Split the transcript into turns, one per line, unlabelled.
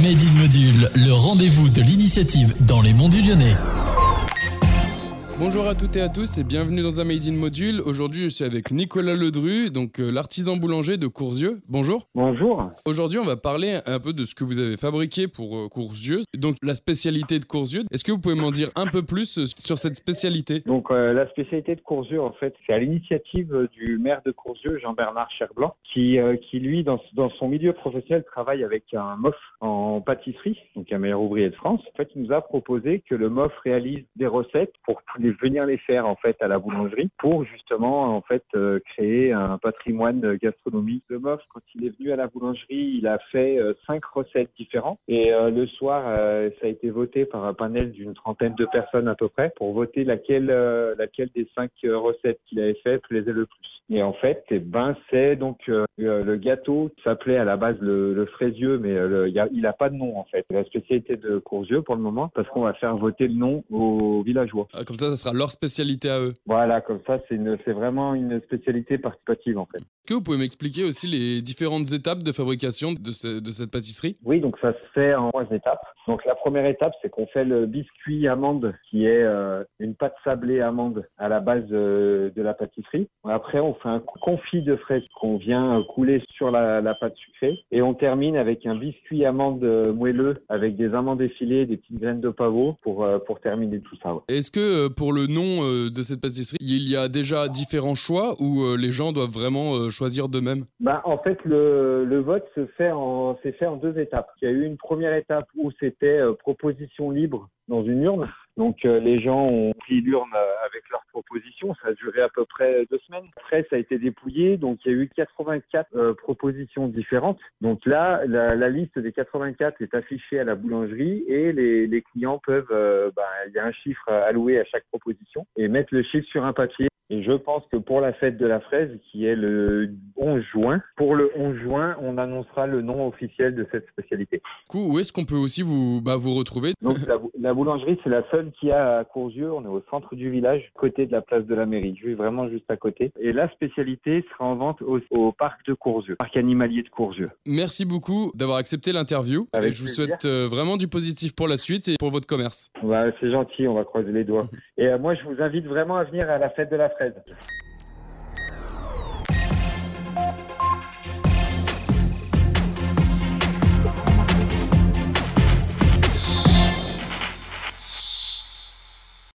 Made in Module, le rendez-vous de l'initiative dans les monts du Lyonnais.
Bonjour à toutes et à tous et bienvenue dans un Made in Module. Aujourd'hui, je suis avec Nicolas Ledru, donc l'artisan boulanger de Courzieux. Bonjour.
Bonjour.
Aujourd'hui, on va parler un peu de ce que vous avez fabriqué pour Courzieux, donc la spécialité de Courzieux. Est-ce que vous pouvez m'en dire un peu plus sur cette spécialité ?
Donc la spécialité de Courzieux, en fait, c'est à l'initiative du maire de Courzieux, Jean-Bernard Cherblanc, qui lui, dans son milieu professionnel, travaille avec un MOF en pâtisserie, donc un meilleur ouvrier de France. En fait, il nous a proposé que le MOF réalise des recettes pour venir les faire en fait à la boulangerie pour justement en fait créer un patrimoine gastronomique. Le MOF, quand il est venu à la boulangerie, il a fait 5 recettes différentes et le soir ça a été voté par un panel d'une trentaine de personnes à peu près pour voter laquelle des 5 recettes qu'il avait fait plaisait le plus. Et en fait, c'est donc le gâteau qui s'appelait à la base le fraisieux, mais il a pas de nom en fait. La spécialité de Courzieux pour le moment, parce qu'on va faire voter le nom aux villageois.
Comme ça sera leur spécialité à eux.
Voilà, comme ça, c'est vraiment une spécialité participative en fait.
Est-ce que vous pouvez m'expliquer aussi les différentes étapes de fabrication de cette pâtisserie ?
Oui, donc ça se fait en 3 étapes. Donc la première étape, c'est qu'on fait le biscuit amande, qui est une pâte sablée amande à la base de la pâtisserie. Après, on fait un confit de fraises qu'on vient couler sur la pâte sucrée. Et on termine avec un biscuit amande moelleux avec des amandes effilées, des petites graines de pavot pour terminer tout ça. Ouais.
Est-ce que pour le nom de cette pâtisserie, il y a déjà différents choix ou les gens doivent vraiment choisir d'eux-mêmes ?
En fait, le vote s'est fait en 2 étapes. Il y a eu une première étape où c'était proposition libre dans une urne. Donc les gens ont pris l'urne avec leurs propositions. Ça a duré à peu près 2 semaines. Après, ça a été dépouillé. Donc il y a eu 84 propositions différentes. Donc là, la liste des 84 est affichée à la boulangerie et les clients peuvent, il y a un chiffre alloué à chaque proposition et mettre le chiffre sur un papier. Et je pense que pour la fête de la fraise, qui est le 11 juin, on annoncera le nom officiel de cette spécialité.
Du coup, où est-ce qu'on peut aussi vous retrouver ?
Donc la boulangerie, c'est la seule qu'il y a à Courzieux. On est au centre du village, côté de la place de la mairie, vraiment juste à côté. Et la spécialité sera en vente au parc de Courzieux, parc animalier de Courzieux.
Merci beaucoup d'avoir accepté l'interview.
Avec
je vous
plaisir.
souhaite vraiment du positif pour la suite et pour votre commerce.
C'est gentil, on va croiser les doigts. Et moi, je vous invite vraiment à venir à la fête de la fraise.